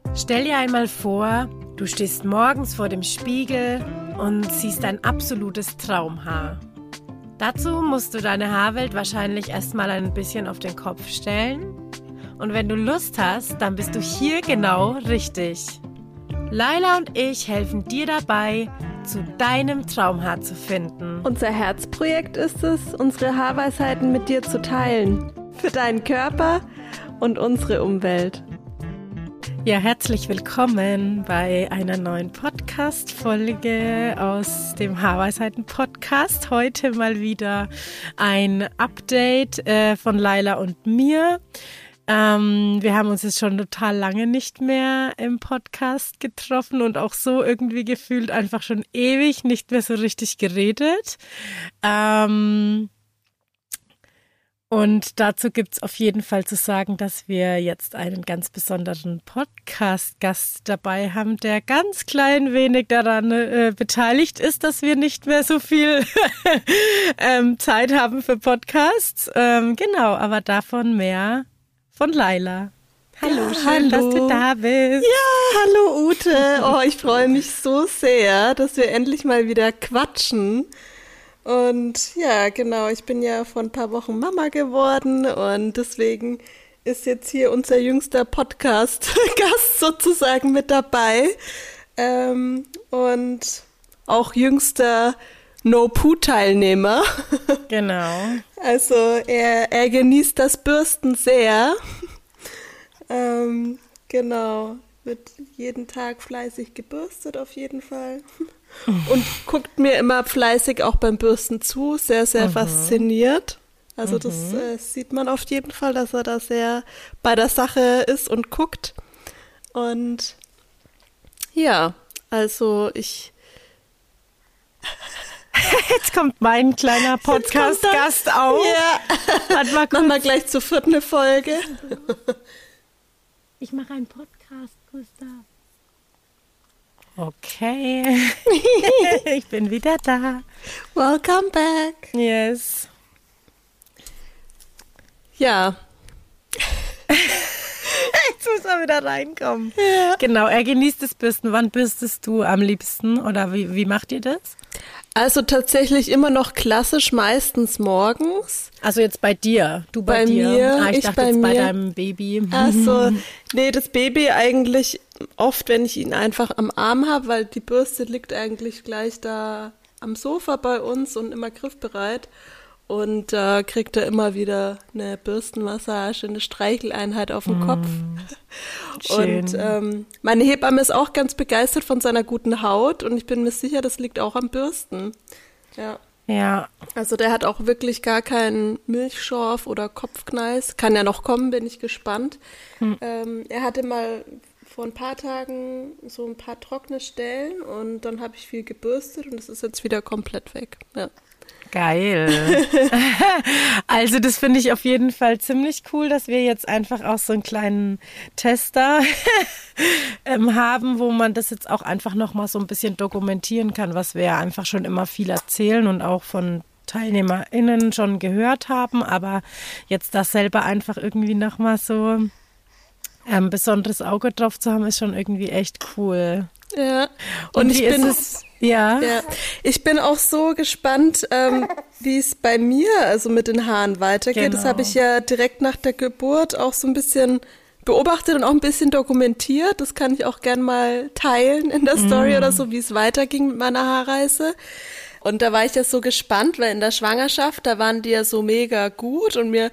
Stell dir einmal vor, du stehst morgens vor dem Spiegel und siehst ein absolutes Traumhaar. Dazu musst du deine Haarwelt wahrscheinlich erstmal ein bisschen auf den Kopf stellen. Und wenn du Lust hast, dann bist du hier genau richtig. Laila und ich helfen dir dabei, zu deinem Traumhaar zu finden. Unser Herzprojekt ist es, unsere Haarweisheiten mit dir zu teilen. Für deinen Körper und unsere Umwelt. Ja, herzlich willkommen bei einer neuen Podcast-Folge aus dem Haarweisheiten-Podcast. Heute mal wieder ein Update von Laila und mir. Wir haben uns jetzt schon total lange nicht mehr im Podcast getroffen und auch so irgendwie gefühlt einfach schon ewig nicht mehr so richtig geredet. Und dazu gibt's auf jeden Fall zu sagen, dass wir jetzt einen ganz besonderen Podcast-Gast dabei haben, der ganz klein wenig daran beteiligt ist, dass wir nicht mehr so viel Zeit haben für Podcasts. Genau, aber davon mehr von Laila. Hallo, ja, schön, dass du da bist. Ja, hallo Ute. Oh, ich freue mich so sehr, dass wir endlich mal wieder quatschen. Und ja, genau, ich bin ja vor ein paar Wochen Mama geworden und deswegen ist jetzt hier unser jüngster Podcast-Gast sozusagen mit dabei und auch jüngster No-Poo-Teilnehmer. Genau. Also er genießt das Bürsten sehr. Genau, wird jeden Tag fleißig gebürstet auf jeden Fall. Und guckt mir immer fleißig auch beim Bürsten zu, sehr, sehr fasziniert. Also das sieht man auf jeden Fall, dass er da sehr bei der Sache ist und guckt. Und ja, also ich... Jetzt kommt mein kleiner Podcast-Gast auf. Ja, machen wir gleich zur 4. Folge. Ich mache einen Podcast, Gustav. Okay, ich bin wieder da. Welcome back. Yes. Ja. Jetzt muss er wieder reinkommen. Ja. Genau, er genießt das Bürsten. Wann bürstest du am liebsten oder wie macht ihr das? Also tatsächlich immer noch klassisch, meistens morgens. Also jetzt bei dir, du bei dir. Mir, ich dachte jetzt bei deinem Baby. Also, nee, das Baby eigentlich oft, wenn ich ihn einfach am Arm habe, weil die Bürste liegt eigentlich gleich da am Sofa bei uns und immer griffbereit. Und da kriegt er immer wieder eine Bürstenmassage, eine Streicheleinheit auf den Kopf. Schön. Und meine Hebamme ist auch ganz begeistert von seiner guten Haut und ich bin mir sicher, das liegt auch am Bürsten. Ja. Ja. Also der hat auch wirklich gar keinen Milchschorf oder Kopfkneis. Kann ja noch kommen, bin ich gespannt. Er hatte mal vor ein paar Tagen so ein paar trockene Stellen und dann habe ich viel gebürstet und das ist jetzt wieder komplett weg. Ja. Geil. Also das finde ich auf jeden Fall ziemlich cool, dass wir jetzt einfach auch so einen kleinen Tester haben, wo man das jetzt auch einfach nochmal so ein bisschen dokumentieren kann, was wir ja einfach schon immer viel erzählen und auch von TeilnehmerInnen schon gehört haben, aber jetzt das selber einfach irgendwie nochmal so ein besonderes Auge drauf zu haben, ist schon irgendwie echt cool. Ja. Und ja, ich bin auch so gespannt, wie es bei mir, also mit den Haaren weitergeht. Genau. Das habe ich ja direkt nach der Geburt auch so ein bisschen beobachtet und auch ein bisschen dokumentiert. Das kann ich auch gern mal teilen in der Story oder so, wie es weiterging mit meiner Haarreise. Und da war ich ja so gespannt, weil in der Schwangerschaft, da waren die ja so mega gut und mir,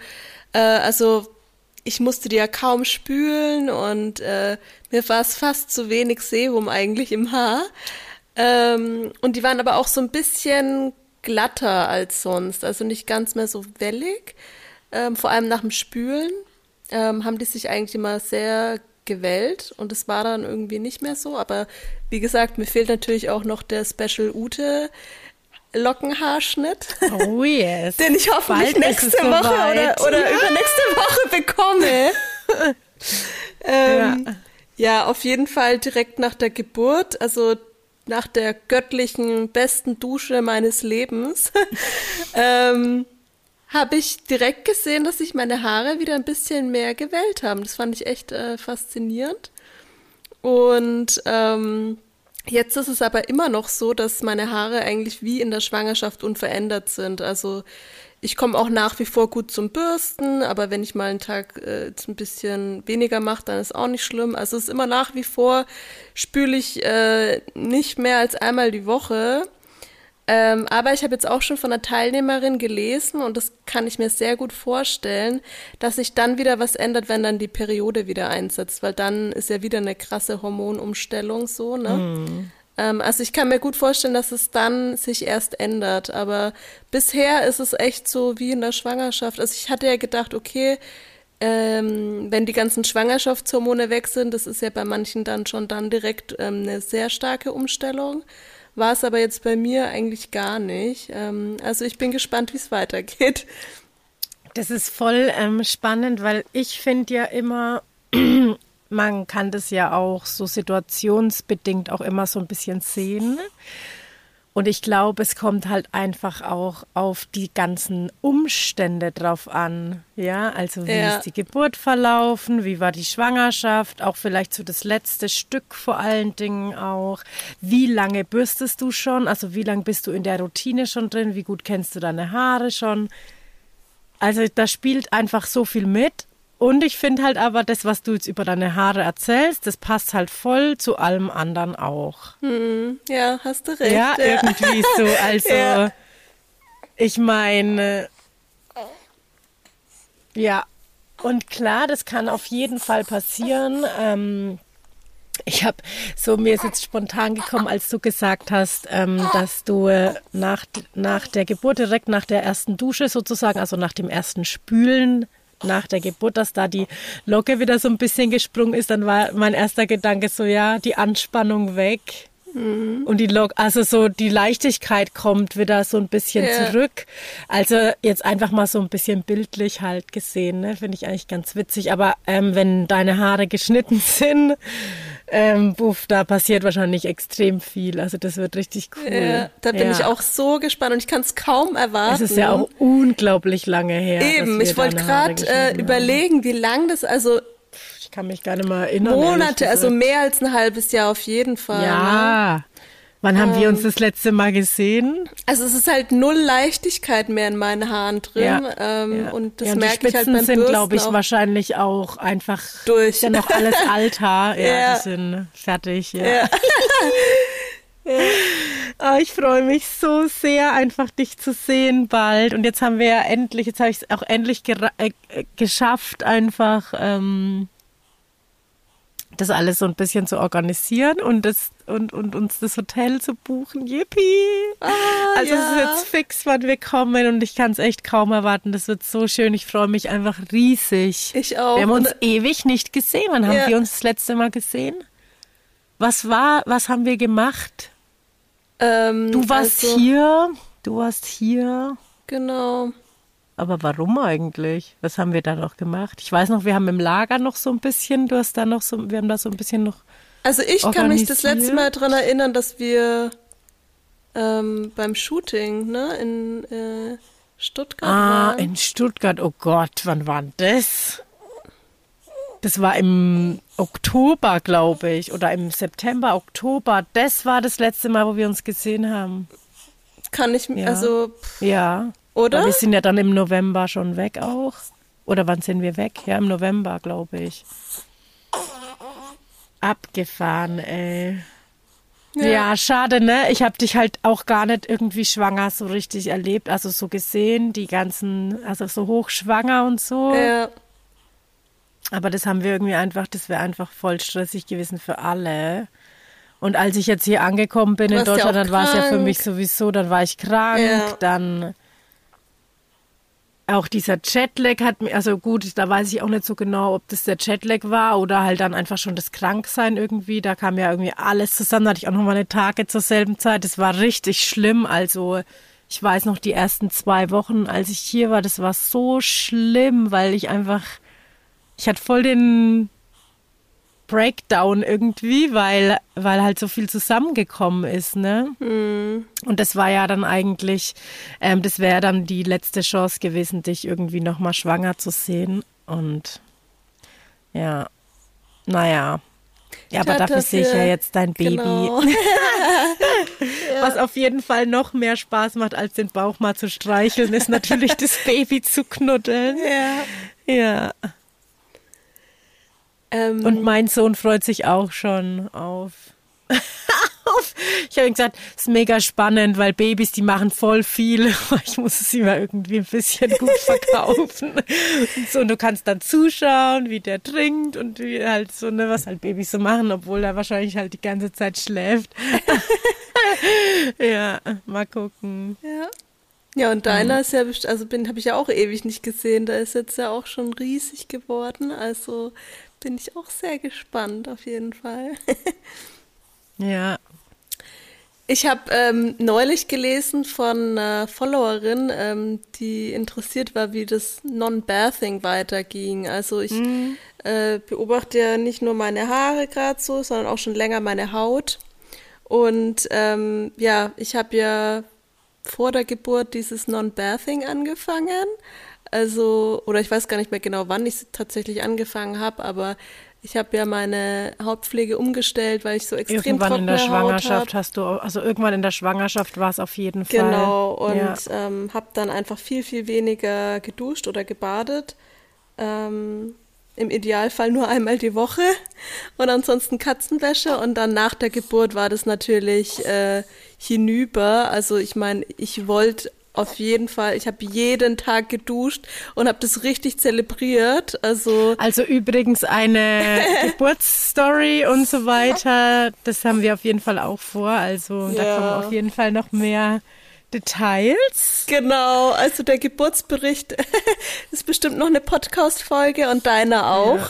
ich musste die ja kaum spülen und mir war es fast zu wenig Serum eigentlich im Haar. Und die waren aber auch so ein bisschen glatter als sonst, also nicht ganz mehr so wellig. Vor allem nach dem Spülen haben die sich eigentlich immer sehr gewellt und es war dann irgendwie nicht mehr so. Aber wie gesagt, mir fehlt natürlich auch noch der Special Ute Lockenhaarschnitt. Oh yes. Den ich hoffentlich nächste Woche oder übernächste Woche bekomme. Ja, auf jeden Fall direkt nach der Geburt, also nach der göttlichen besten Dusche meines Lebens, habe ich direkt gesehen, dass sich meine Haare wieder ein bisschen mehr gewellt haben. Das fand ich echt faszinierend. Und jetzt ist es aber immer noch so, dass meine Haare eigentlich wie in der Schwangerschaft unverändert sind. Also ich komme auch nach wie vor gut zum Bürsten, aber wenn ich mal einen Tag ein bisschen weniger mache, dann ist auch nicht schlimm. Also es ist immer nach wie vor, spüle ich nicht mehr als einmal die Woche. Aber ich habe jetzt auch schon von einer Teilnehmerin gelesen und das kann ich mir sehr gut vorstellen, dass sich dann wieder was ändert, wenn dann die Periode wieder einsetzt, weil dann ist ja wieder eine krasse Hormonumstellung so, ne? Also ich kann mir gut vorstellen, dass es dann sich erst ändert, aber bisher ist es echt so wie in der Schwangerschaft. Also ich hatte ja gedacht, okay, wenn die ganzen Schwangerschaftshormone weg sind, das ist ja bei manchen dann schon dann direkt eine sehr starke Umstellung. War es aber jetzt bei mir eigentlich gar nicht. Also ich bin gespannt, wie es weitergeht. Das ist voll spannend, weil ich finde ja immer, man kann das ja auch so situationsbedingt auch immer so ein bisschen sehen. Und ich glaube, es kommt halt einfach auch auf die ganzen Umstände drauf an. Ja, also wie ist die Geburt verlaufen, wie war die Schwangerschaft, auch vielleicht so das letzte Stück vor allen Dingen auch. Wie lange bürstest du schon? Also wie lange bist du in der Routine schon drin? Wie gut kennst du deine Haare schon? Also da spielt einfach so viel mit. Und ich finde halt aber, das, was du jetzt über deine Haare erzählst, das passt halt voll zu allem anderen auch. Ja, hast du recht. Ja, irgendwie so. Also, ich meine, ja. Und klar, das kann auf jeden Fall passieren. Mir ist jetzt spontan gekommen, als du gesagt hast, dass du nach der Geburt, direkt nach der ersten Dusche sozusagen, also nach dem ersten Spülen, nach der Geburt, dass da die Locke wieder so ein bisschen gesprungen ist, dann war mein erster Gedanke so, ja, die Anspannung weg. Und also so die Leichtigkeit kommt wieder so ein bisschen zurück. Also jetzt einfach mal so ein bisschen bildlich halt gesehen, ne? Finde ich eigentlich ganz witzig. Aber wenn deine Haare geschnitten sind, da passiert wahrscheinlich extrem viel. Also das wird richtig cool. Ja, da bin ich auch so gespannt und ich kann es kaum erwarten. Es ist ja auch unglaublich lange her. Eben, ich wollte gerade überlegen, wie lang das, also ich kann mich gar nicht mal erinnern. Monate, also mehr als ein halbes Jahr auf jeden Fall. Ja. Ne? Wann haben wir uns das letzte Mal gesehen? Also es ist halt null Leichtigkeit mehr in meinen Haaren drin. Und das merke ich halt beim Bürsten sind, glaube ich, wahrscheinlich auch einfach durch. Ist ja noch alles Alter. Ja, die sind fertig. Ja. Ich freue mich so sehr, einfach dich zu sehen bald. Und jetzt habe ich es auch endlich geschafft, einfach das alles so ein bisschen zu organisieren und uns das Hotel zu buchen. Yippie! Es ist jetzt fix, wann wir kommen und ich kann es echt kaum erwarten. Das wird so schön. Ich freue mich einfach riesig. Ich auch. Wir haben uns ewig nicht gesehen. Wann haben wir uns das letzte Mal gesehen? Was haben wir gemacht? Du warst hier. Genau. Aber warum eigentlich? Was haben wir da noch gemacht? Ich weiß noch, wir haben im Lager noch so ein bisschen, wir haben da so ein bisschen noch Also ich kann mich das letzte Mal daran erinnern, dass wir beim Shooting, ne, in Stuttgart waren. In Stuttgart, oh Gott, wann war das? Das war im Oktober, glaube ich, oder im September, Oktober. Das war das letzte Mal, wo wir uns gesehen haben. Ja. Oder? Aber wir sind ja dann im November schon weg auch. Oder wann sind wir weg? Ja, im November, glaube ich. Abgefahren, ey. Ja, schade, ne? Ich habe dich halt auch gar nicht irgendwie schwanger so richtig erlebt. Also so gesehen, also so hochschwanger und so. Ja. Aber das wäre einfach voll stressig gewesen für alle. Und als ich jetzt hier angekommen bin in Deutschland, dann war es ja für mich sowieso, dann war ich krank, dann auch dieser Jetlag hat mir, also gut, da weiß ich auch nicht so genau, ob das der Jetlag war oder halt dann einfach schon das Kranksein irgendwie. Da kam ja irgendwie alles zusammen. Da hatte ich auch noch mal eine Tage zur selben Zeit. Das war richtig schlimm. Also ich weiß noch, die ersten 2 Wochen, als ich hier war, das war so schlimm, weil ich hatte voll den Breakdown irgendwie, weil halt so viel zusammengekommen ist, ne? Und das war ja dann eigentlich, das wäre dann die letzte Chance gewesen, dich irgendwie nochmal schwanger zu sehen. Und ja, naja, Ja, aber dafür sehe ich ja jetzt dein Baby. Genau. Was auf jeden Fall noch mehr Spaß macht, als den Bauch mal zu streicheln, ist natürlich das Baby zu knuddeln. Ja. Und mein Sohn freut sich auch schon auf. Ich habe ihm gesagt, es ist mega spannend, weil Babys, die machen voll viel. Ich muss es ihm mal irgendwie ein bisschen gut verkaufen. Und so, und du kannst dann zuschauen, wie der trinkt und wie halt so, ne, was halt Babys so machen, obwohl er wahrscheinlich halt die ganze Zeit schläft. Ja, mal gucken. Ja, und deiner ist ja, also habe ich ja auch ewig nicht gesehen. Da ist jetzt ja auch schon riesig geworden. Also bin ich auch sehr gespannt auf jeden Fall. Ja. Ich habe neulich gelesen von einer Followerin, die interessiert war, wie das Non-Bathing weiterging. Also ich beobachte ja nicht nur meine Haare gerade so, sondern auch schon länger meine Haut. Und ich habe ja vor der Geburt dieses Non-Bathing angefangen. Also, oder ich weiß gar nicht mehr genau, wann ich es tatsächlich angefangen habe, aber ich habe ja meine Hautpflege umgestellt, weil ich so extrem trockene Haut habe. Irgendwann in der Schwangerschaft irgendwann in der Schwangerschaft war es auf jeden Fall. Genau, und habe dann einfach viel, viel weniger geduscht oder gebadet. Im Idealfall nur einmal die Woche und ansonsten Katzenwäsche. Und dann nach der Geburt war das natürlich hinüber. Also ich meine, ich wollte auf jeden Fall, ich habe jeden Tag geduscht und habe das richtig zelebriert. Also übrigens eine Geburtsstory und so weiter, das haben wir auf jeden Fall auch vor. Also da kommen auf jeden Fall noch mehr Details. Genau, also der Geburtsbericht ist bestimmt noch eine Podcast-Folge und deiner auch.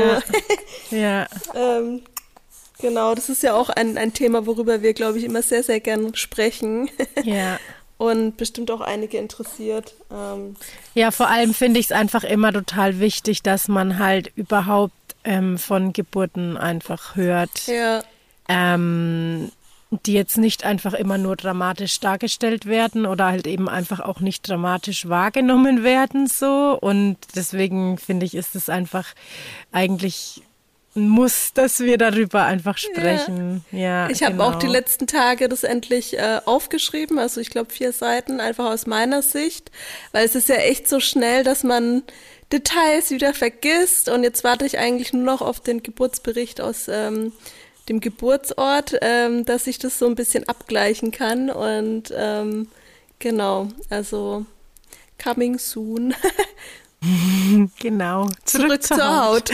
Genau, das ist ja auch ein Thema, worüber wir, glaube ich, immer sehr, sehr gern sprechen. Ja. Und bestimmt auch einige interessiert. Ja, vor allem finde ich es einfach immer total wichtig, dass man halt überhaupt von Geburten einfach hört. Ja. Die jetzt nicht einfach immer nur dramatisch dargestellt werden oder halt eben einfach auch nicht dramatisch wahrgenommen werden so. Und deswegen finde ich, ist es einfach eigentlich muss, dass wir darüber einfach sprechen. Ja, ich habe auch die letzten Tage das endlich aufgeschrieben, also ich glaube 4 Seiten, einfach aus meiner Sicht, weil es ist ja echt so schnell, dass man Details wieder vergisst und jetzt warte ich eigentlich nur noch auf den Geburtsbericht aus dem Geburtsort, dass ich das so ein bisschen abgleichen kann und genau, also coming soon. Genau. Zurück zur Haut.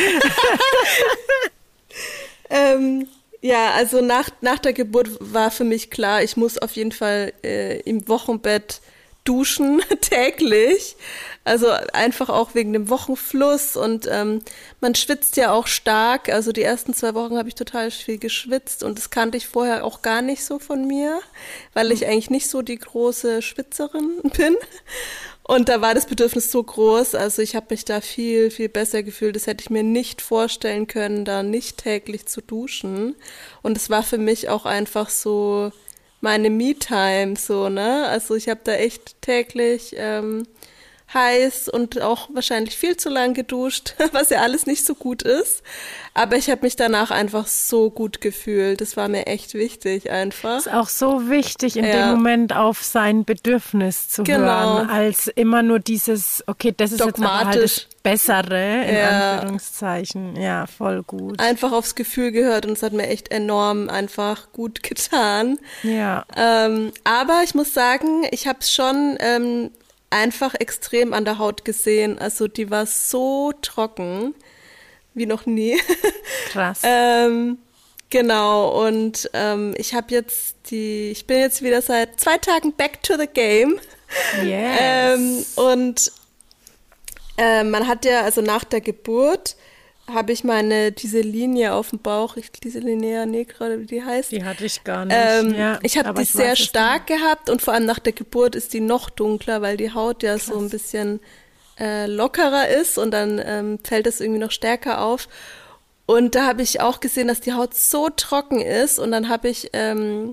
Ja, also nach der Geburt war für mich klar, ich muss auf jeden Fall im Wochenbett duschen, täglich. Also einfach auch wegen dem Wochenfluss und man schwitzt ja auch stark. Also die ersten 2 Wochen habe ich total viel geschwitzt und das kannte ich vorher auch gar nicht so von mir, weil ich eigentlich nicht so die große Schwitzerin bin. Und da war das Bedürfnis so groß, also ich habe mich da viel, viel besser gefühlt. Das hätte ich mir nicht vorstellen können, da nicht täglich zu duschen. Und es war für mich auch einfach so meine Me-Time, so, ne? Also ich habe da echt täglich heiß und auch wahrscheinlich viel zu lang geduscht, was ja alles nicht so gut ist. Aber ich habe mich danach einfach so gut gefühlt. Das war mir echt wichtig einfach. Ist auch so wichtig, in dem Moment auf sein Bedürfnis zu hören, als immer nur dieses, okay, das ist jetzt aber halt das Bessere, in Anführungszeichen. Ja, voll gut. Einfach aufs Gefühl gehört und es hat mir echt enorm einfach gut getan. Ja. Aber ich muss sagen, ich habe es schon einfach extrem an der Haut gesehen. Also die war so trocken wie noch nie. Krass. Genau, und ich bin jetzt wieder seit 2 Tagen back to the game. Yes. Und man hat ja, also nach der Geburt habe ich diese Linie auf dem Bauch, diese Linea negra, wie die heißt. Die hatte ich gar nicht. Ich habe die sehr stark gehabt und vor allem nach der Geburt ist die noch dunkler, weil die Haut ja so ein bisschen lockerer ist und dann fällt das irgendwie noch stärker auf. Und da habe ich auch gesehen, dass die Haut so trocken ist und dann habe ich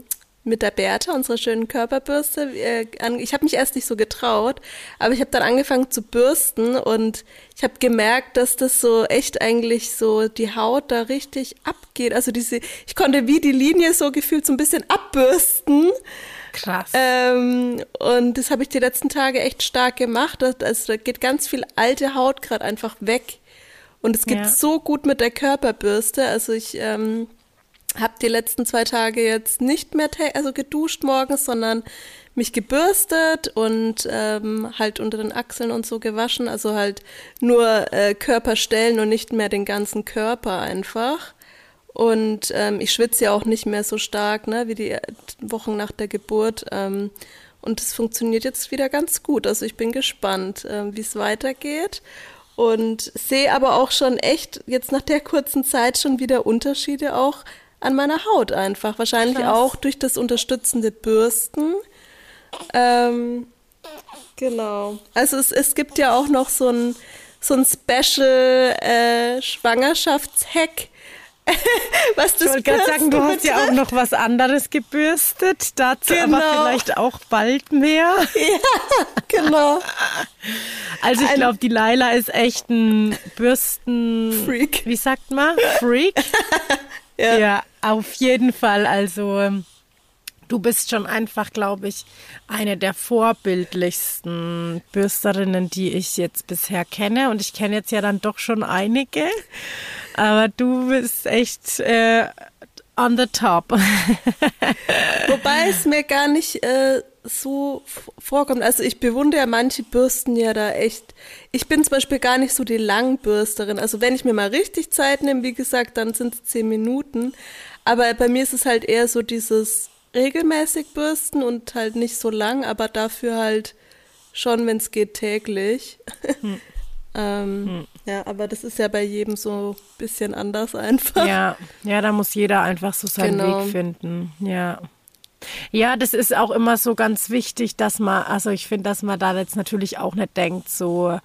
mit der Bertha, unserer schönen Körperbürste. Ich habe mich erst nicht so getraut, aber ich habe dann angefangen zu bürsten und ich habe gemerkt, dass das so echt eigentlich so die Haut da richtig abgeht. Also ich konnte wie die Linie so gefühlt so ein bisschen abbürsten. Krass. Und das habe ich die letzten Tage echt stark gemacht. Also da geht ganz viel alte Haut gerade einfach weg. Und es geht so gut mit der Körperbürste. Also ich habe die letzten 2 Tage jetzt nicht mehr geduscht morgens, sondern mich gebürstet und halt unter den Achseln und so gewaschen. Also halt nur Körperstellen und nicht mehr den ganzen Körper einfach. Und ich schwitze ja auch nicht mehr so stark, ne, wie die Wochen nach der Geburt. Und es funktioniert jetzt wieder ganz gut. Also ich bin gespannt, wie es weitergeht. Und sehe aber auch schon echt jetzt nach der kurzen Zeit schon wieder Unterschiede auch an meiner Haut einfach. Wahrscheinlich Krass. auch durch das unterstützende Bürsten. Genau. Also es gibt ja auch noch so ein Special Schwangerschaftshack. Was das Ich wollte gerade sagen, du hast Bürsten ja auch betrifft. noch was anderes gebürstet, dazu Genau. aber vielleicht auch bald mehr. Genau. Also ich glaube, die Laila ist echt ein Freak. Wie sagt man? Freak? Ja, auf jeden Fall. Also du bist schon einfach, glaube ich, eine der vorbildlichsten Bürsterinnen, die ich jetzt bisher kenne. Und ich kenne jetzt ja dann doch schon einige. Aber du bist echt on the top. Wobei es mir gar nicht so vorkommt. Also ich bewundere ja manche Bürsten ja da echt. Ich bin zum Beispiel gar nicht so die Langbürsterin. Also wenn ich mir mal richtig Zeit nehme, wie gesagt, dann sind es 10 Minuten. Aber bei mir ist es halt eher so dieses regelmäßig bürsten und halt nicht so lang, aber dafür halt schon, wenn es geht, täglich. Ja, aber das ist ja bei jedem so ein bisschen anders einfach. Ja, da muss jeder einfach so seinen Weg finden. Ja. Ja, das ist auch immer so ganz wichtig, dass man, also ich finde, dass man da jetzt natürlich auch nicht denkt, so,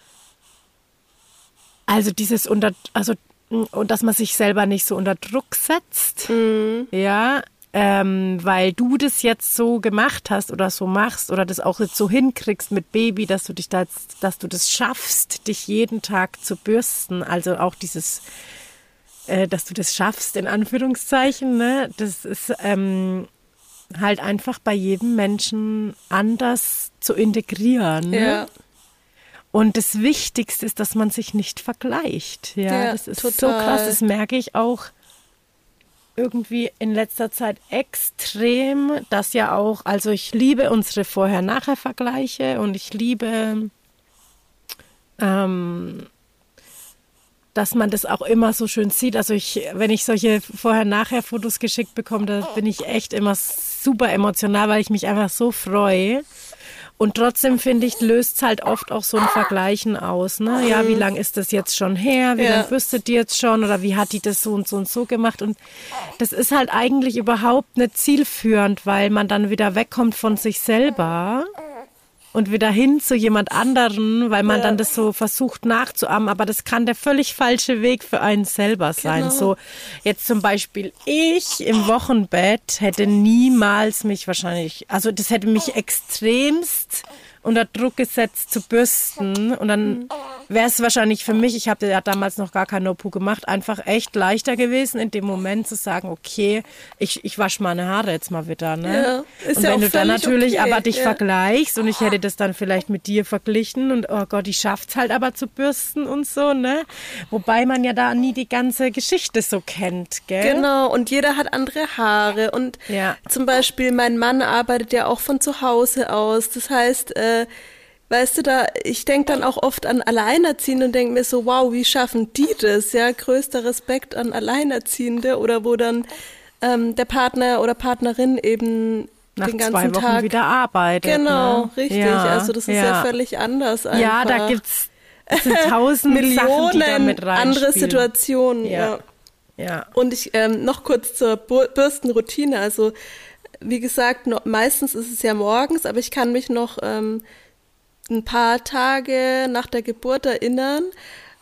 also und dass man sich selber nicht so unter Druck setzt. Ja, weil du das jetzt so gemacht hast oder so machst oder das auch jetzt so hinkriegst mit Baby, dass du das schaffst, dich jeden Tag zu bürsten. Also auch dieses, dass du das schaffst, in Anführungszeichen, ne? Das ist halt einfach bei jedem Menschen anders zu integrieren. Ne? Ja. Und das Wichtigste ist, dass man sich nicht vergleicht. Ja, das ist total. so krass. Das merke ich auch irgendwie in letzter Zeit extrem, dass ja auch, also ich liebe unsere Vorher-Nachher-Vergleiche und ich liebe, dass man das auch immer so schön sieht. Also wenn ich solche Vorher-Nachher-Fotos geschickt bekomme, da bin ich echt immer super emotional, weil ich mich einfach so freue. Und trotzdem, finde ich, löst es halt oft auch so ein Vergleichen aus. Ne? Ja, wie lange ist das jetzt schon her? Wie lange bürstet die jetzt schon? Oder wie hat die das so und so und so gemacht? Und das ist halt eigentlich überhaupt nicht zielführend, weil man dann wieder wegkommt von sich selber und wieder hin zu jemand anderen, weil man dann das so versucht nachzuahmen. Aber das kann der völlig falsche Weg für einen selber sein. Genau. So jetzt zum Beispiel ich im Wochenbett hätte niemals mich wahrscheinlich, also das hätte mich extremst unter Druck gesetzt zu bürsten und dann wäre es wahrscheinlich für mich, ich habe ja damals noch gar kein No-Poo gemacht, einfach echt leichter gewesen, in dem Moment zu sagen, okay, ich wasche meine Haare jetzt mal wieder. Ne? Ja, ist und ja wenn auch du dann völlig natürlich okay. aber dich Ja. vergleichst und ich hätte das dann vielleicht mit dir verglichen und oh Gott, die schafft's halt aber zu bürsten und so, ne? Wobei man ja da nie die ganze Geschichte so kennt, gell? Genau, und jeder hat andere Haare. Und zum Beispiel mein Mann arbeitet ja auch von zu Hause aus. Das heißt, weißt du, ich denke dann auch oft an Alleinerziehende und denke mir so, wow, wie schaffen die das? Ja, größter Respekt an Alleinerziehende oder wo dann der Partner oder Partnerin eben nach den ganzen 2 Wochen Tag wieder arbeitet. Genau, ne? richtig. Ja, Also das ist ja völlig anders einfach. Ja, da gibt's sind 1000 Sachen, die da mit Millionen reinspielen. andere Situationen. Ja. Und ich noch kurz zur Bürstenroutine. Also wie gesagt, meistens ist es ja morgens, aber ich kann mich noch ein paar Tage nach der Geburt erinnern,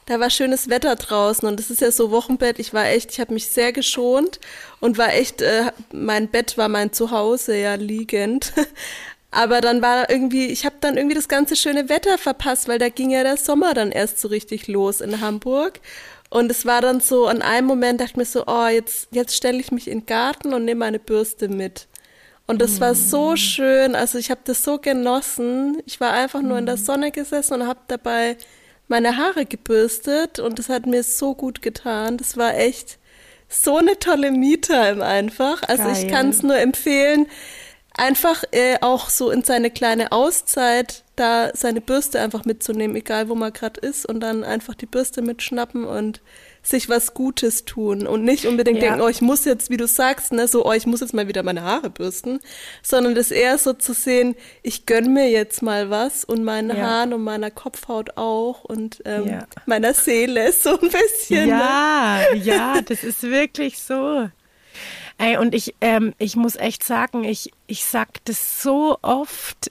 Da war schönes Wetter draußen und es ist ja so Wochenbett. Ich habe mich sehr geschont und war echt, mein Bett war mein Zuhause, ja, liegend. Aber dann war irgendwie, ich habe dann irgendwie das ganze schöne Wetter verpasst, weil da ging ja der Sommer dann erst so richtig los in Hamburg. Und es war dann so, an einem Moment dachte ich mir so, oh, jetzt stelle ich mich in den Garten und nehme meine Bürste mit. Und das war so schön, also ich habe das so genossen. Ich war einfach nur in der Sonne gesessen und habe dabei meine Haare gebürstet und das hat mir so gut getan. Das war echt so eine tolle Me-Time einfach. Also Geil. Ich kann es nur empfehlen, einfach auch so in seine kleine Auszeit da seine Bürste einfach mitzunehmen, egal wo man gerade ist und dann einfach die Bürste mitschnappen und sich was Gutes tun und nicht unbedingt denken, oh, ich muss jetzt, wie du sagst, ne, so, oh, ich muss jetzt mal wieder meine Haare bürsten, sondern das eher so zu sehen, ich gönn mir jetzt mal was und meinen Haaren und meiner Kopfhaut auch und meiner Seele so ein bisschen. Ja, das ist wirklich so. Ey, und ich muss echt sagen, ich sag das so oft,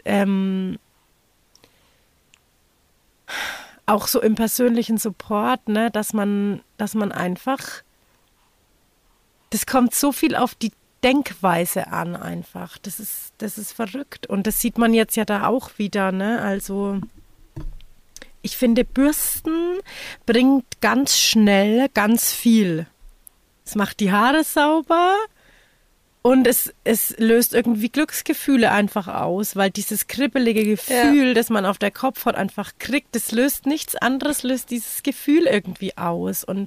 auch so im persönlichen Support, ne, dass man einfach, das kommt so viel auf die Denkweise an einfach. Das ist verrückt. Und das sieht man jetzt ja da auch wieder, ne? Also ich finde, Bürsten bringt ganz schnell ganz viel. Es macht die Haare sauber. Und es löst irgendwie Glücksgefühle einfach aus, weil dieses kribbelige Gefühl, das man auf der Kopfhaut einfach kriegt, das löst nichts anderes, löst dieses Gefühl irgendwie aus. Und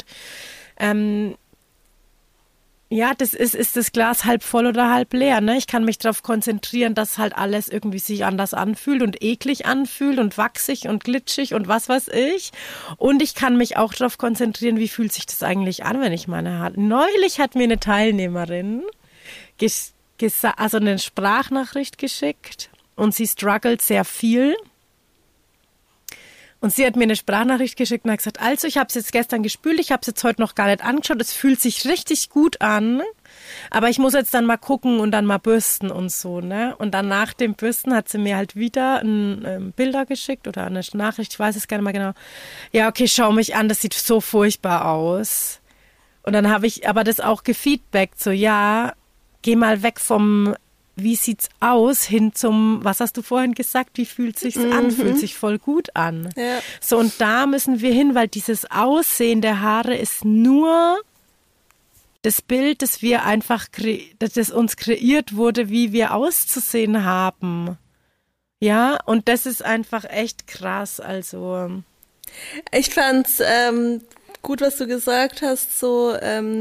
das ist das Glas halb voll oder halb leer. Ne? Ich kann mich darauf konzentrieren, dass halt alles irgendwie sich anders anfühlt und eklig anfühlt und wachsig und glitschig und was weiß ich. Und ich kann mich auch darauf konzentrieren, wie fühlt sich das eigentlich an, wenn ich meine Haare... Neulich hat mir eine Teilnehmerin also eine Sprachnachricht geschickt und sie struggelt sehr viel. Und sie hat mir eine Sprachnachricht geschickt und hat gesagt, also ich habe es jetzt gestern gespült, ich habe es jetzt heute noch gar nicht angeschaut, es fühlt sich richtig gut an, aber ich muss jetzt dann mal gucken und dann mal bürsten und so, ne? Und dann nach dem Bürsten hat sie mir halt wieder Bilder geschickt oder eine Nachricht, ich weiß es gar nicht mehr genau. Ja, okay, schau mich an, das sieht so furchtbar aus. Und dann habe ich aber das auch gefeedbackt, so ja, geh mal weg vom, wie sieht's aus, hin zum, was hast du vorhin gesagt, wie fühlt sich's an? Fühlt sich voll gut an. Ja. So, und da müssen wir hin, weil dieses Aussehen der Haare ist nur das Bild, das wir einfach, das uns kreiert wurde, wie wir auszusehen haben. Ja, und das ist einfach echt krass, also. Ich fand's gut, was du gesagt hast, so,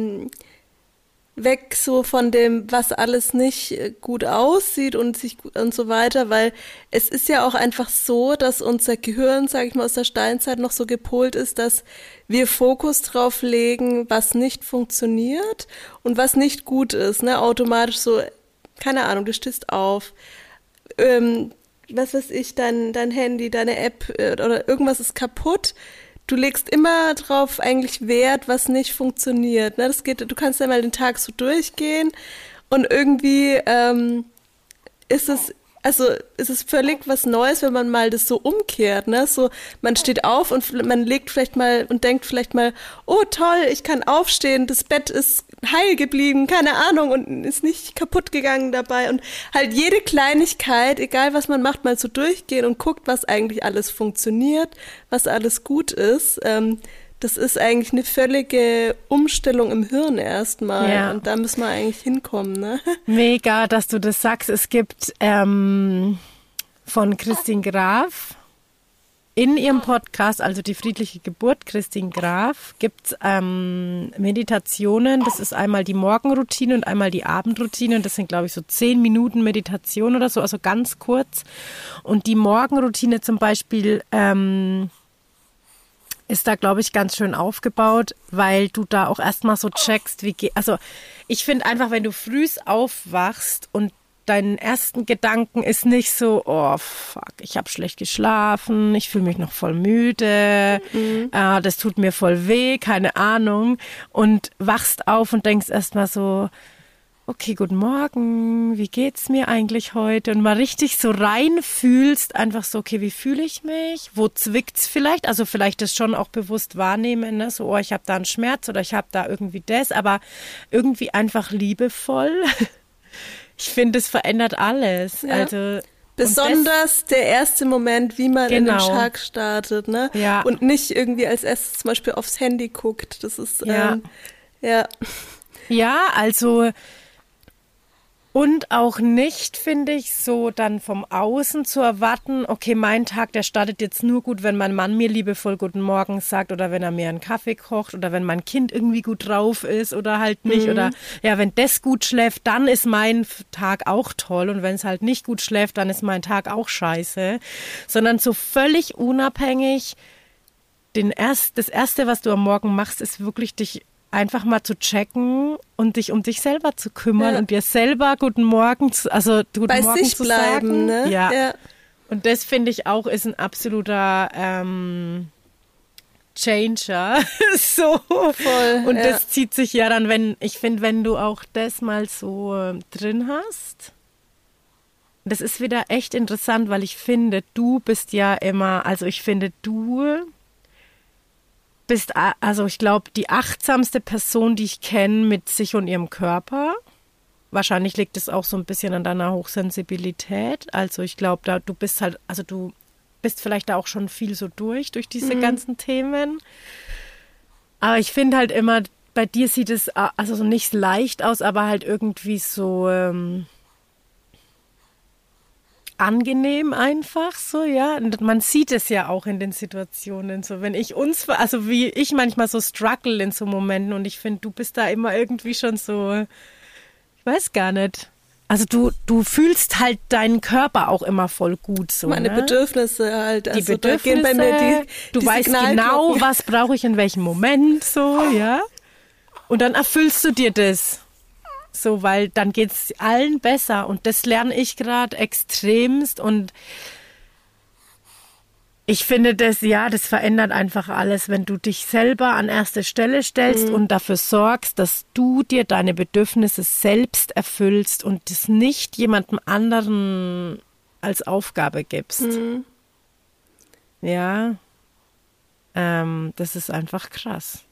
weg so von dem, was alles nicht gut aussieht und so weiter, weil es ist ja auch einfach so, dass unser Gehirn, sage ich mal, aus der Steinzeit noch so gepolt ist, dass wir Fokus drauf legen, was nicht funktioniert und was nicht gut ist, ne, automatisch so, keine Ahnung, du stehst auf, was weiß ich, dein Handy, deine App oder irgendwas ist kaputt. Du legst immer drauf eigentlich Wert, was nicht funktioniert. Ne? Du kannst ja mal den Tag so durchgehen und irgendwie ist es völlig was Neues, wenn man mal das so umkehrt. Ne? So, man steht auf und man legt vielleicht mal und denkt vielleicht mal, oh toll, ich kann aufstehen, das Bett ist heil geblieben, keine Ahnung, und ist nicht kaputt gegangen dabei. Und halt jede Kleinigkeit, egal was man macht, mal so durchgehen und guckt, was eigentlich alles funktioniert, was alles gut ist. Das ist eigentlich eine völlige Umstellung im Hirn erstmal. Ja. Und da müssen wir eigentlich hinkommen, ne? Mega, dass du das sagst. Es gibt von Christine Graf in ihrem Podcast, also die friedliche Geburt, Christine Graf, gibt es Meditationen. Das ist einmal die Morgenroutine und einmal die Abendroutine. Und das sind, glaube ich, so 10 Minuten Meditation oder so, also ganz kurz. Und die Morgenroutine zum Beispiel ist da, glaube ich, ganz schön aufgebaut, weil du da auch erstmal so checkst, also ich finde einfach, wenn du frühs aufwachst und deinen ersten Gedanken ist nicht so, oh fuck, ich habe schlecht geschlafen, ich fühle mich noch voll müde, das tut mir voll weh, keine Ahnung, und wachst auf und denkst erstmal so, okay, guten Morgen, wie geht's mir eigentlich heute? Und mal richtig so reinfühlst, einfach so, okay, wie fühle ich mich? Wo zwickt's vielleicht? Also vielleicht das schon auch bewusst wahrnehmen, ne? So, oh, ich habe da einen Schmerz oder ich habe da irgendwie das, aber irgendwie einfach liebevoll. Ich finde, es verändert alles. Ja. Also besonders der erste Moment, wie man in den Genau. Tag startet, ne? Ja. Und nicht irgendwie als erstes zum Beispiel aufs Handy guckt. Das ist, Ja. ja. Ja, also und auch nicht, finde ich, so dann vom Außen zu erwarten, okay, mein Tag, der startet jetzt nur gut, wenn mein Mann mir liebevoll Guten Morgen sagt oder wenn er mir einen Kaffee kocht oder wenn mein Kind irgendwie gut drauf ist oder halt nicht. Oder ja, wenn das gut schläft, dann ist mein Tag auch toll und wenn es halt nicht gut schläft, dann ist mein Tag auch scheiße. Sondern so völlig unabhängig, das Erste, was du am Morgen machst, ist wirklich dich einfach mal zu checken und dich um dich selber zu kümmern und dir selber guten Morgen zu Bei Morgen sich zu bleiben, sagen. ne? Ja. Und das finde ich auch ist ein absoluter Changer. So. Voll, und ja. das zieht sich ja dann, wenn du auch das mal so drin hast. Das ist wieder echt interessant, weil ich finde, du bist ja immer, also ich finde, du bist, also ich glaube, die achtsamste Person, die ich kenne mit sich und ihrem Körper. Wahrscheinlich liegt es auch so ein bisschen an deiner Hochsensibilität. Also ich glaube, du bist halt, also du bist vielleicht da auch schon viel so durch diese ganzen Themen. Aber ich finde halt immer, bei dir sieht es also so nicht leicht aus, aber halt irgendwie so angenehm einfach so, ja. Und man sieht es ja auch in den Situationen so, wenn also wie ich manchmal so struggle in so Momenten und ich finde, du bist da immer irgendwie schon so, ich weiß gar nicht. Also du fühlst halt deinen Körper auch immer voll gut so, Meine ne? Bedürfnisse halt. Also Die Bedürfnisse, da gehen bei mir du die weißt genau, was brauche ich in welchem Moment so, ja. Und dann erfüllst du dir das. So, weil dann geht's allen besser und das lerne ich gerade extremst und ich finde das verändert einfach alles, wenn du dich selber an erste Stelle stellst und dafür sorgst, dass du dir deine Bedürfnisse selbst erfüllst und das nicht jemandem anderen als Aufgabe gibst. Ja, das ist einfach krass.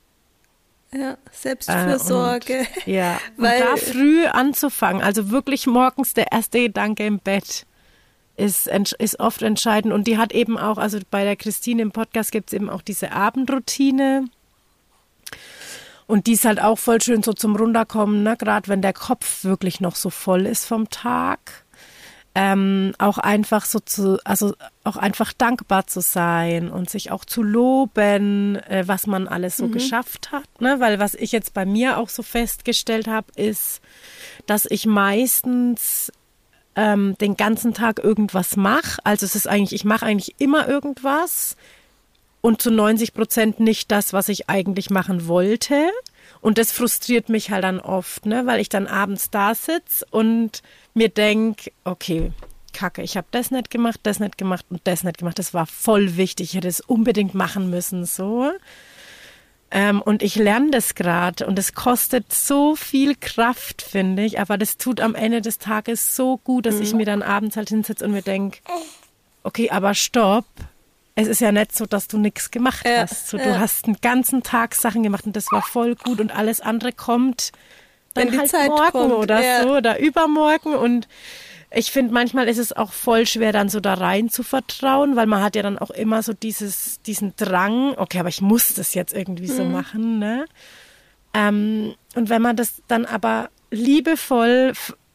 Ja, Selbstfürsorge. Ja, Weil, und da früh anzufangen, also wirklich morgens der erste Gedanke im Bett ist oft entscheidend. Und die hat eben auch, also bei der Christine im Podcast gibt es eben auch diese Abendroutine. Und die ist halt auch voll schön so zum Runterkommen, ne? Gerade wenn der Kopf wirklich noch so voll ist vom Tag. Auch einfach auch einfach dankbar zu sein und sich auch zu loben, was man alles so geschafft hat. Ne? Weil was ich jetzt bei mir auch so festgestellt habe, ist, dass ich meistens den ganzen Tag irgendwas mache. Also ich mache eigentlich immer irgendwas und zu 90% nicht das, was ich eigentlich machen wollte. Und das frustriert mich halt dann oft, ne? Weil ich dann abends da sitze und mir denke, okay, Kacke, ich habe das nicht gemacht und das nicht gemacht. Das war voll wichtig, ich hätte es unbedingt machen müssen, so. Und ich lerne das gerade und es kostet so viel Kraft, finde ich, aber das tut am Ende des Tages so gut, dass ich mir dann abends halt hinsetze und mir denke, okay, aber stopp. Es ist ja nicht so, dass du nichts gemacht hast. So, du hast den ganzen Tag Sachen gemacht und das war voll gut und alles andere kommt dann die halt Zeit morgen kommt, oder so oder übermorgen. Und ich finde, manchmal ist es auch voll schwer, dann so da rein zu vertrauen, weil man hat ja dann auch immer so diesen Drang, okay, aber ich muss das jetzt irgendwie so machen, ne? Und wenn man das dann aber liebevoll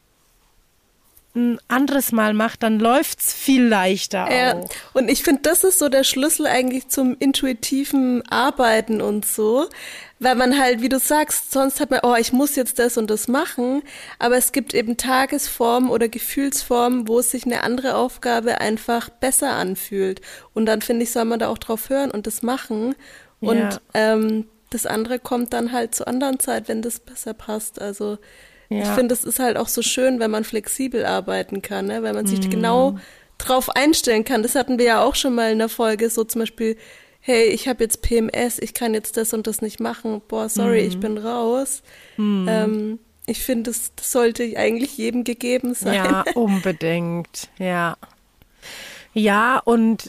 ein anderes Mal macht, dann läuft's viel leichter auch. Und ich finde, das ist so der Schlüssel eigentlich zum intuitiven Arbeiten und so, weil man halt, wie du sagst, sonst hat man, oh, ich muss jetzt das und das machen, aber es gibt eben Tagesformen oder Gefühlsformen, wo es sich eine andere Aufgabe einfach besser anfühlt. Und dann finde ich, soll man da auch drauf hören und das machen. Und das andere kommt dann halt zur anderen Zeit, wenn das besser passt. Also ich finde, es ist halt auch so schön, wenn man flexibel arbeiten kann, ne? Weil man sich genau drauf einstellen kann. Das hatten wir ja auch schon mal in der Folge, so zum Beispiel, hey, ich habe jetzt PMS, ich kann jetzt das und das nicht machen. Boah, sorry, ich bin raus. ich finde, das sollte eigentlich jedem gegeben sein. Ja, unbedingt, ja. Ja, und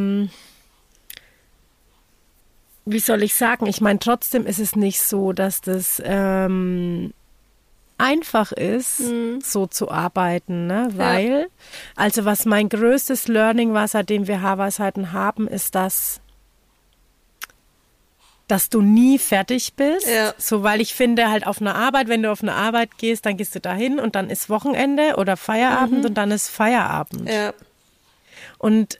wie soll ich sagen? Ich meine, trotzdem ist es nicht so, dass das einfach ist, so zu arbeiten, ne? Weil, also was mein größtes Learning war, seitdem wir Haarweisheiten haben, ist dass du nie fertig bist. Ja. So, weil ich finde halt auf einer Arbeit, wenn du auf eine Arbeit gehst, dann gehst du dahin und dann ist Wochenende oder Feierabend und dann ist Feierabend. Ja. Und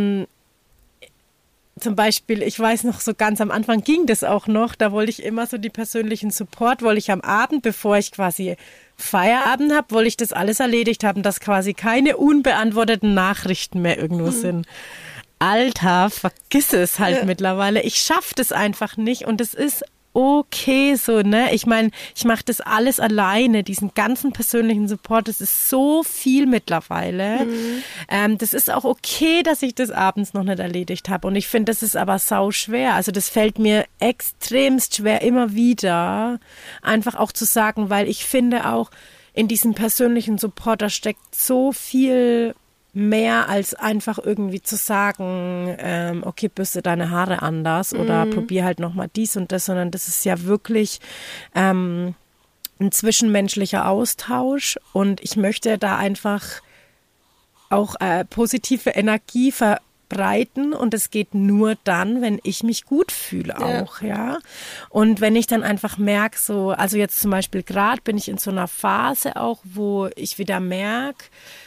zum Beispiel, ich weiß noch, so ganz am Anfang ging das auch noch, da wollte ich immer so die persönlichen Support, wollte ich am Abend, bevor ich quasi Feierabend habe, wollte ich das alles erledigt haben, dass quasi keine unbeantworteten Nachrichten mehr irgendwo sind. Alter, vergiss es halt mittlerweile. Ich schaffe das einfach nicht und es ist okay so, ne? Ich meine, ich mache das alles alleine, diesen ganzen persönlichen Support, das ist so viel mittlerweile. Das ist auch okay, dass ich das abends noch nicht erledigt habe und ich finde, das ist aber sau schwer. Also das fällt mir extremst schwer, immer wieder einfach auch zu sagen, weil ich finde auch in diesem persönlichen Support, da steckt so viel mehr als einfach irgendwie zu sagen, okay, bürste deine Haare anders oder probier halt nochmal dies und das, sondern das ist ja wirklich ein zwischenmenschlicher Austausch und ich möchte da einfach auch positive Energie verbreiten und es geht nur dann, wenn ich mich gut fühle auch, ja. Und wenn ich dann einfach merke, so, also jetzt zum Beispiel gerade bin ich in so einer Phase auch, wo ich wieder merke,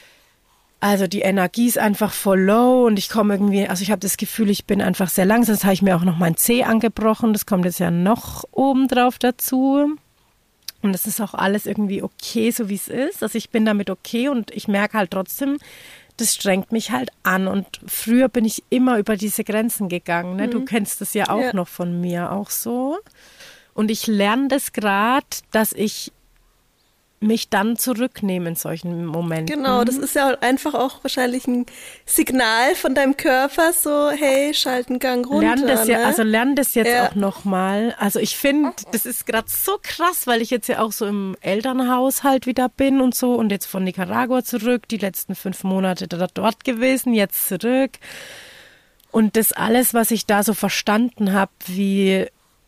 also die Energie ist einfach voll low und ich komme irgendwie, also ich habe das Gefühl, ich bin einfach sehr langsam. Das habe ich mir auch noch mein Zeh angebrochen. Das kommt jetzt ja noch oben drauf dazu. Und das ist auch alles irgendwie okay, so wie es ist. Also ich bin damit okay und ich merke halt trotzdem, das strengt mich halt an. Und früher bin ich immer über diese Grenzen gegangen. Ne? Du kennst das ja auch noch von mir, auch so. Und ich lerne das gerade, dass ich mich dann zurücknehmen in solchen Momenten. Genau, das ist ja einfach auch wahrscheinlich ein Signal von deinem Körper, so, hey, schalt einen Gang runter. Lern das jetzt auch nochmal. Also ich finde, das ist gerade so krass, weil ich jetzt ja auch so im Elternhaushalt wieder bin und so und jetzt von Nicaragua zurück, die letzten 5 Monate dort gewesen, jetzt zurück. Und das alles, was ich da so verstanden habe, wie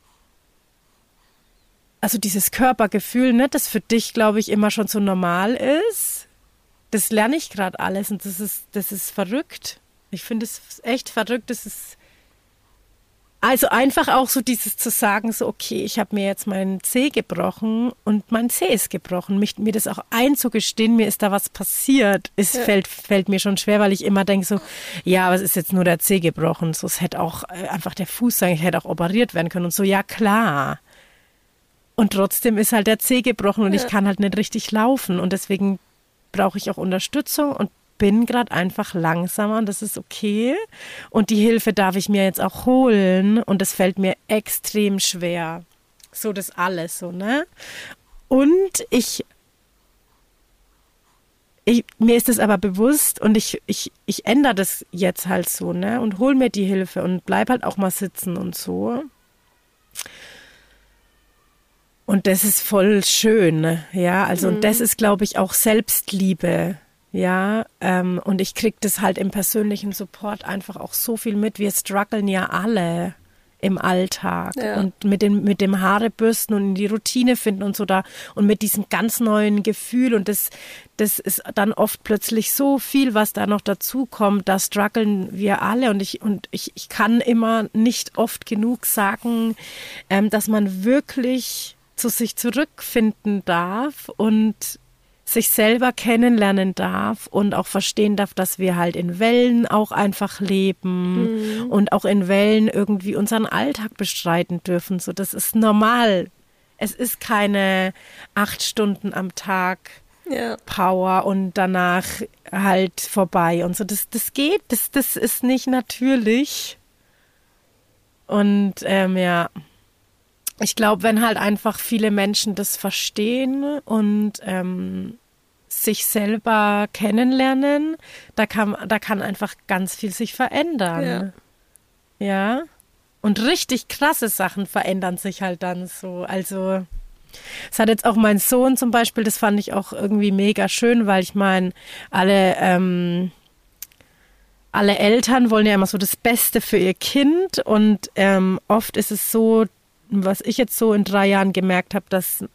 also dieses Körpergefühl, ne, das für dich, glaube ich, immer schon so normal ist, das lerne ich gerade alles und das ist verrückt. Ich finde es echt verrückt. Das ist also einfach auch so dieses zu sagen, so okay, ich habe mir jetzt meinen Zeh gebrochen und mein Zeh ist gebrochen. Mir das auch einzugestehen, mir ist da was passiert, fällt mir schon schwer, weil ich immer denke so, ja, aber es ist jetzt nur der Zeh gebrochen. So, es hätte auch einfach der Fuß sein, ich hätte auch operiert werden können und so, ja klar. Und trotzdem ist halt der Zeh gebrochen und ich kann halt nicht richtig laufen. Und deswegen brauche ich auch Unterstützung und bin gerade einfach langsamer und das ist okay. Und die Hilfe darf ich mir jetzt auch holen und das fällt mir extrem schwer. So das alles so, ne? Und mir ist das aber bewusst und ich ändere das jetzt halt so, ne? Und hol mir die Hilfe und bleib halt auch mal sitzen und so. Und das ist voll schön, ja, also und das ist, glaube ich, auch Selbstliebe, ja, und ich kriege das halt im persönlichen Support einfach auch so viel mit, wir strugglen ja alle im Alltag und mit dem Haarebürsten und in die Routine finden und so da und mit diesem ganz neuen Gefühl und das ist dann oft plötzlich so viel, was da noch dazu kommt, da strugglen wir alle und ich kann immer nicht oft genug sagen, dass man wirklich zu sich zurückfinden darf und sich selber kennenlernen darf und auch verstehen darf, dass wir halt in Wellen auch einfach leben und auch in Wellen irgendwie unseren Alltag bestreiten dürfen. So, das ist normal. Es ist keine 8 Stunden am Tag Power und danach halt vorbei und so. Das geht, das ist nicht natürlich. Und ich glaube, wenn halt einfach viele Menschen das verstehen und sich selber kennenlernen, da kann einfach ganz viel sich verändern. Ja. Und richtig krasse Sachen verändern sich halt dann so. Also Es hat jetzt auch mein Sohn zum Beispiel, das fand ich auch irgendwie mega schön, weil ich meine, alle Eltern wollen ja immer so das Beste für ihr Kind und oft ist es so, was ich jetzt so in 3 Jahren gemerkt habe, dass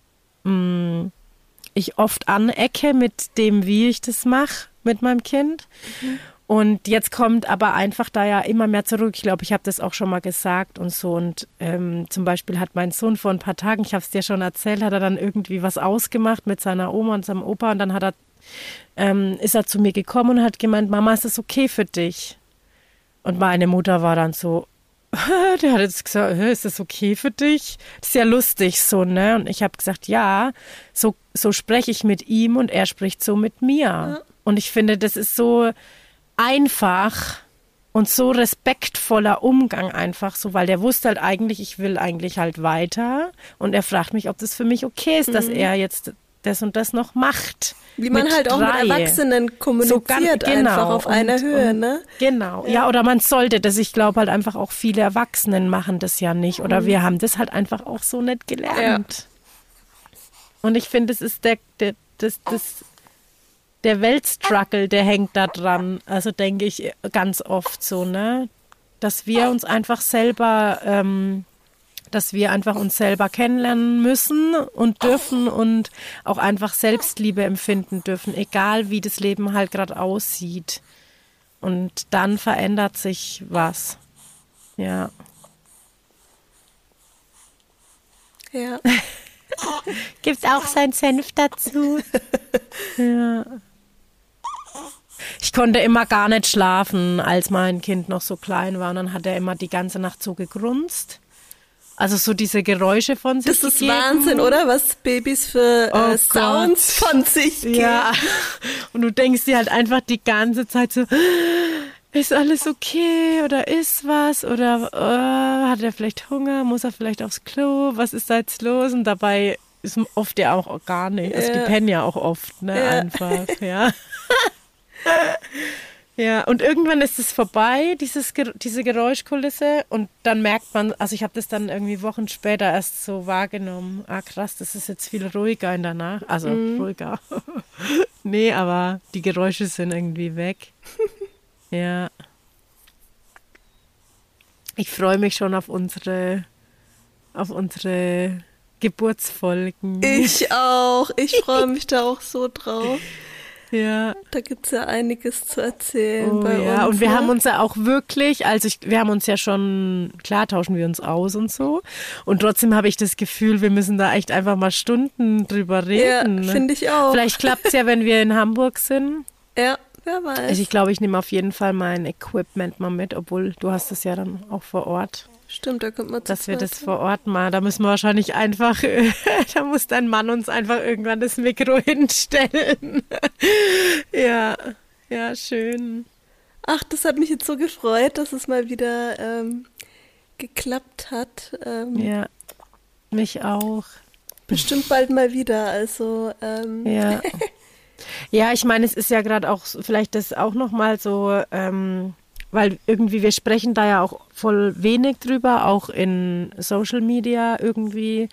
ich oft anecke mit dem, wie ich das mache mit meinem Kind. Und jetzt kommt aber einfach da ja immer mehr zurück. Ich glaube, ich habe das auch schon mal gesagt und so. Und zum Beispiel hat mein Sohn vor ein paar Tagen, ich habe es dir schon erzählt, hat er dann irgendwie was ausgemacht mit seiner Oma und seinem Opa. Und dann ist er zu mir gekommen und hat gemeint, Mama, ist das okay für dich? Und meine Mutter war dann so, der hat jetzt gesagt, ist das okay für dich? Das ist ja lustig so, ne? Und ich habe gesagt, ja, so spreche ich mit ihm und er spricht so mit mir. Ja. Und ich finde, das ist so einfach und so respektvoller Umgang einfach so, weil der wusste halt eigentlich, ich will eigentlich halt weiter und er fragt mich, ob das für mich okay ist, dass er jetzt das und das noch macht. Wie man halt auch mit Erwachsenen kommuniziert, so einfach auf einer Höhe, ne? Genau, ja, oder man sollte das, ich glaube halt einfach auch viele Erwachsenen machen das ja nicht oder wir haben das halt einfach auch so nicht gelernt. Ja. Und ich finde, es ist der Weltstruggle, der hängt da dran, also denke ich ganz oft so, ne, dass wir uns einfach selber uns selber kennenlernen müssen und dürfen und auch einfach Selbstliebe empfinden dürfen, egal wie das Leben halt gerade aussieht. Und dann verändert sich was. Ja. Ja. Gibt's auch seinen Senf dazu? Ja. Ich konnte immer gar nicht schlafen, als mein Kind noch so klein war. Und dann hat er immer die ganze Nacht so gegrunzt. Also so diese Geräusche von sich Das ist gegeben. Wahnsinn, oder? Was Babys für Sounds von sich geben. Ja, und du denkst dir halt einfach die ganze Zeit so, ist alles okay oder ist was oder hat er vielleicht Hunger, muss er vielleicht aufs Klo, was ist da jetzt los? Und dabei ist oft ja auch gar nicht, also die pennen ja auch oft, ne, einfach, ja. Ja, und irgendwann ist es vorbei, diese Geräuschkulisse und dann merkt man, also ich habe das dann irgendwie Wochen später erst so wahrgenommen, krass, das ist jetzt viel ruhiger in der Nacht, also ruhiger. Nee, aber die Geräusche sind irgendwie weg. Ja. Ich freue mich schon auf unsere Geburtsfolgen. Ich auch, ich freue mich da auch so drauf. Ja. Da gibt es ja einiges zu erzählen bei uns. Ja, und wir haben uns ja auch wirklich, wir haben uns ja schon, klar tauschen wir uns aus und so. Und trotzdem habe ich das Gefühl, wir müssen da echt einfach mal Stunden drüber reden. Ja, finde ich auch. Vielleicht klappt es ja, wenn wir in Hamburg sind. Ja, wer weiß. Also ich glaube, ich nehme auf jeden Fall mein Equipment mal mit, obwohl du hast es ja dann auch vor Ort. Stimmt, da kommt man zu Dass wir das vor Ort mal, da müssen wir wahrscheinlich einfach, da muss dein Mann uns einfach irgendwann das Mikro hinstellen. Ja, schön. Ach, das hat mich jetzt so gefreut, dass es mal wieder geklappt hat. Ja, mich auch. Bestimmt bald mal wieder, also. Ja. Ja, ich meine, es ist ja gerade auch, vielleicht das auch nochmal so, weil irgendwie wir sprechen da ja auch voll wenig drüber, auch in Social Media irgendwie.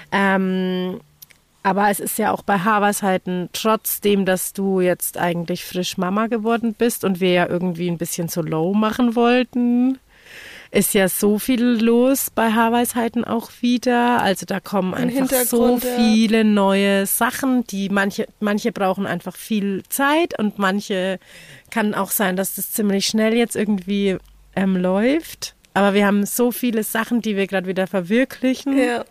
Aber es ist ja auch bei Haarweisheiten, trotzdem, dass du jetzt eigentlich frisch Mama geworden bist und wir ja irgendwie ein bisschen so low machen wollten, ist ja so viel los bei Haarweisheiten auch wieder. Also da kommen einfach so viele neue Sachen, die manche brauchen einfach viel Zeit und manche kann auch sein, dass das ziemlich schnell jetzt irgendwie läuft. Aber wir haben so viele Sachen, die wir gerade wieder verwirklichen. Ja.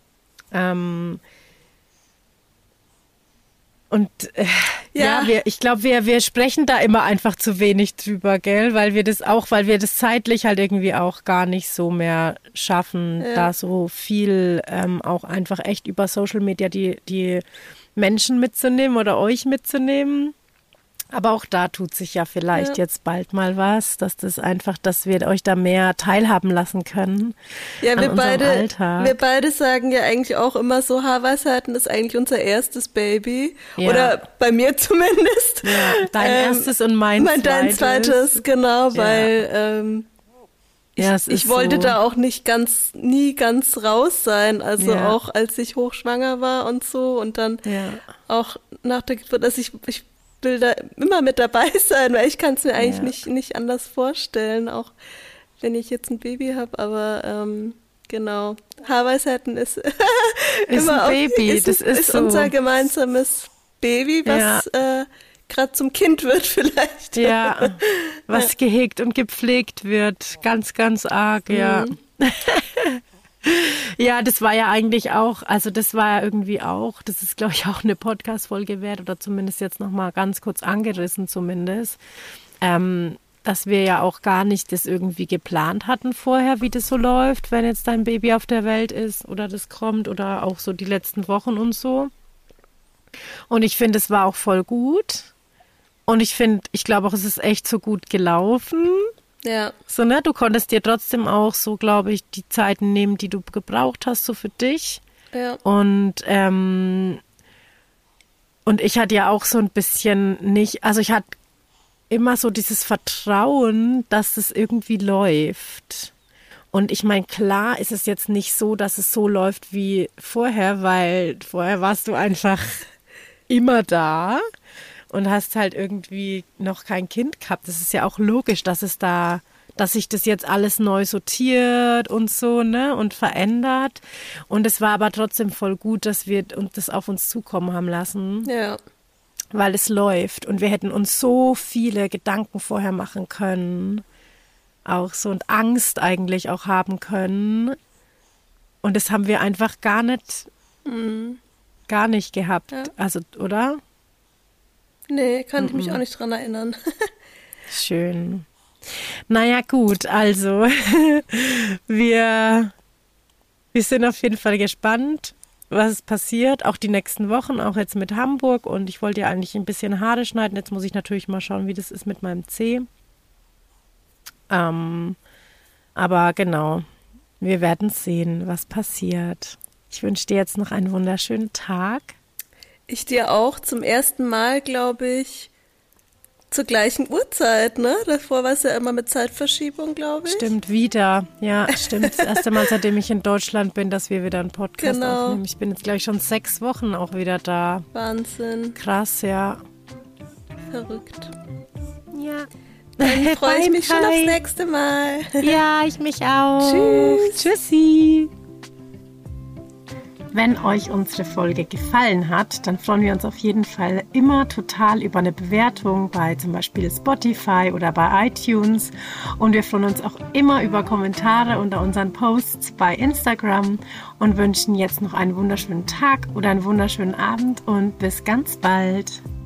Und ich glaube, wir sprechen da immer einfach zu wenig drüber, gell? Weil wir das zeitlich halt irgendwie auch gar nicht so mehr schaffen, da so viel auch einfach echt über Social Media die Menschen mitzunehmen oder euch mitzunehmen. Aber auch da tut sich ja vielleicht jetzt bald mal was, dass wir euch da mehr teilhaben lassen können. Ja, wir beide sagen ja eigentlich auch immer so, Haarweisheiten ist eigentlich unser erstes Baby. Ja. Oder bei mir zumindest. Ja, dein erstes und mein zweites. Dein zweites, genau, weil Ich wollte da auch nie ganz raus sein, also auch als ich hochschwanger war und so und dann auch nach der Geburt, also ich will da immer mit dabei sein, weil ich kann es mir eigentlich nicht anders vorstellen, auch wenn ich jetzt ein Baby habe, aber genau, Haarweisheiten ist immer ein Baby, ist so unser gemeinsames Baby, was gerade zum Kind wird vielleicht. Ja, was gehegt und gepflegt wird. Ganz, ganz arg, ja. Ja, das war ja eigentlich auch, also das war ja irgendwie auch, das ist glaube ich auch eine Podcast-Folge wert oder zumindest jetzt nochmal ganz kurz angerissen zumindest, dass wir ja auch gar nicht das irgendwie geplant hatten vorher, wie das so läuft, wenn jetzt dein Baby auf der Welt ist oder das kommt oder auch so die letzten Wochen und so. Und ich finde, es war auch voll gut. Und ich glaube auch, es ist echt so gut gelaufen. Ja. So, ne? Du konntest dir trotzdem auch so, glaube ich, die Zeiten nehmen, die du gebraucht hast, so für dich. Ja. Und ich hatte ja auch so ein bisschen nicht, also ich hatte immer so dieses Vertrauen, dass es irgendwie läuft. Und ich meine, klar ist es jetzt nicht so, dass es so läuft wie vorher, weil vorher warst du einfach immer da. Und hast halt irgendwie noch kein Kind gehabt. Das ist ja auch logisch, dass sich das jetzt alles neu sortiert und so, ne, und verändert. Und es war aber trotzdem voll gut, dass wir das auf uns zukommen haben lassen. Ja. Weil es läuft. Und wir hätten uns so viele Gedanken vorher machen können. Auch so und Angst eigentlich auch haben können. Und das haben wir einfach gar nicht gehabt. Ja. Also, oder? Nee, kann ich mich auch nicht dran erinnern. Schön. Naja, gut, also wir sind auf jeden Fall gespannt, was passiert, auch die nächsten Wochen, auch jetzt mit Hamburg. Und ich wollte ja eigentlich ein bisschen Haare schneiden. Jetzt muss ich natürlich mal schauen, wie das ist mit meinem Zeh. Aber genau, wir werden sehen, was passiert. Ich wünsche dir jetzt noch einen wunderschönen Tag. Ich dir auch zum ersten Mal, glaube ich, zur gleichen Uhrzeit, ne? Davor war es ja immer mit Zeitverschiebung, glaube ich. Stimmt, wieder. Ja, stimmt. Das erste Mal, seitdem ich in Deutschland bin, dass wir wieder einen Podcast aufnehmen. Ich bin jetzt, glaube ich, schon 6 Wochen auch wieder da. Wahnsinn. Krass, ja. Verrückt. Ja. Dann freue ich mich schon aufs nächste Mal. Ja, ich mich auch. Tschüss. Tschüssi. Wenn euch unsere Folge gefallen hat, dann freuen wir uns auf jeden Fall immer total über eine Bewertung bei zum Beispiel Spotify oder bei iTunes. Und wir freuen uns auch immer über Kommentare unter unseren Posts bei Instagram und wünschen jetzt noch einen wunderschönen Tag oder einen wunderschönen Abend und bis ganz bald.